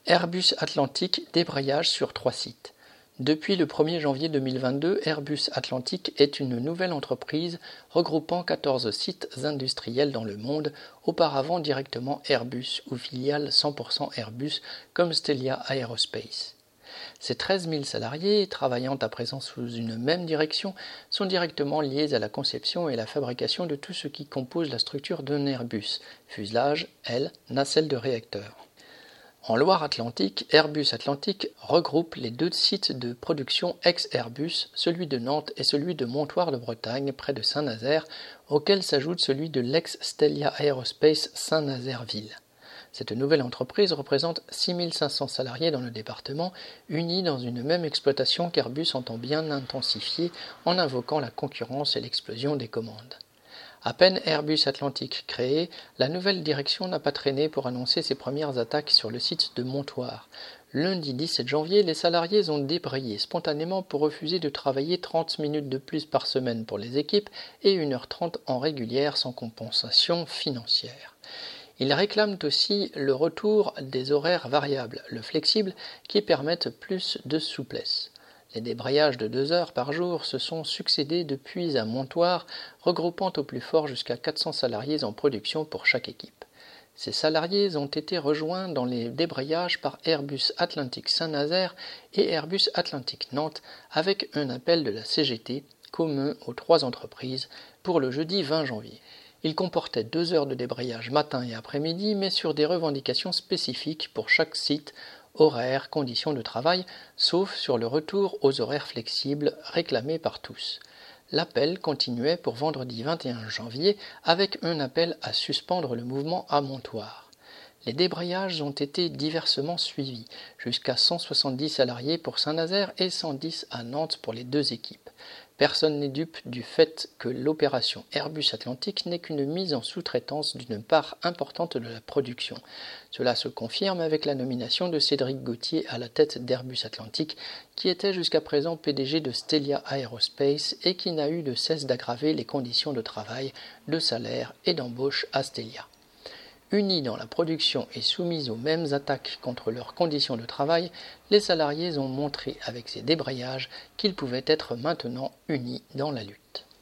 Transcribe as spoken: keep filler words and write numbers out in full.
Airbus Atlantic débrayage sur trois sites. Depuis le premier janvier deux mille vingt-deux, Airbus Atlantic est une nouvelle entreprise regroupant quatorze sites industriels dans le monde, auparavant directement Airbus ou filiale cent pour cent Airbus comme Stelia Aerospace. Ces treize mille salariés, travaillant à présent sous une même direction, sont directement liés à la conception et la fabrication de tout ce qui compose la structure d'un Airbus, fuselage, ailes, nacelles de réacteurs. En Loire-Atlantique, Airbus Atlantic regroupe les deux sites de production ex-Airbus, celui de Nantes et celui de Montoire de Bretagne, près de Saint-Nazaire, auquel s'ajoute celui de l'ex-Stelia Aerospace Saint-Nazaire-Ville. Cette nouvelle entreprise représente six mille cinq cents salariés dans le département, unis dans une même exploitation qu'Airbus entend bien intensifier en invoquant la concurrence et l'explosion des commandes. À peine Airbus Atlantic créé, la nouvelle direction n'a pas traîné pour annoncer ses premières attaques sur le site de Montoire. Lundi dix-sept janvier, les salariés ont débrayé spontanément pour refuser de travailler trente minutes de plus par semaine pour les équipes et une heure trente en régulière sans compensation financière. Ils réclament aussi le retour des horaires variables, le flexible, qui permettent plus de souplesse. Les débrayages de deux heures par jour se sont succédés depuis à Montoire, regroupant au plus fort jusqu'à quatre cents salariés en production pour chaque équipe. Ces salariés ont été rejoints dans les débrayages par Airbus Atlantic Saint-Nazaire et Airbus Atlantic Nantes avec un appel de la C G T commun aux trois entreprises pour le jeudi vingt janvier. Il comportait deux heures de débrayage matin et après-midi, mais sur des revendications spécifiques pour chaque site, horaires, conditions de travail, sauf sur le retour aux horaires flexibles réclamés par tous. L'appel continuait pour vendredi vingt et un janvier avec un appel à suspendre le mouvement à Montoire. Les débrayages ont été diversement suivis, jusqu'à cent soixante-dix salariés pour Saint-Nazaire et cent dix à Nantes pour les deux équipes. Personne n'est dupe du fait que l'opération Airbus Atlantic n'est qu'une mise en sous-traitance d'une part importante de la production. Cela se confirme avec la nomination de Cédric Gauthier à la tête d'Airbus Atlantic, qui était jusqu'à présent P D G de Stelia Aerospace et qui n'a eu de cesse d'aggraver les conditions de travail, de salaire et d'embauche à Stelia. Unis dans la production et soumis aux mêmes attaques contre leurs conditions de travail, les salariés ont montré avec ces débrayages qu'ils pouvaient être maintenant unis dans la lutte.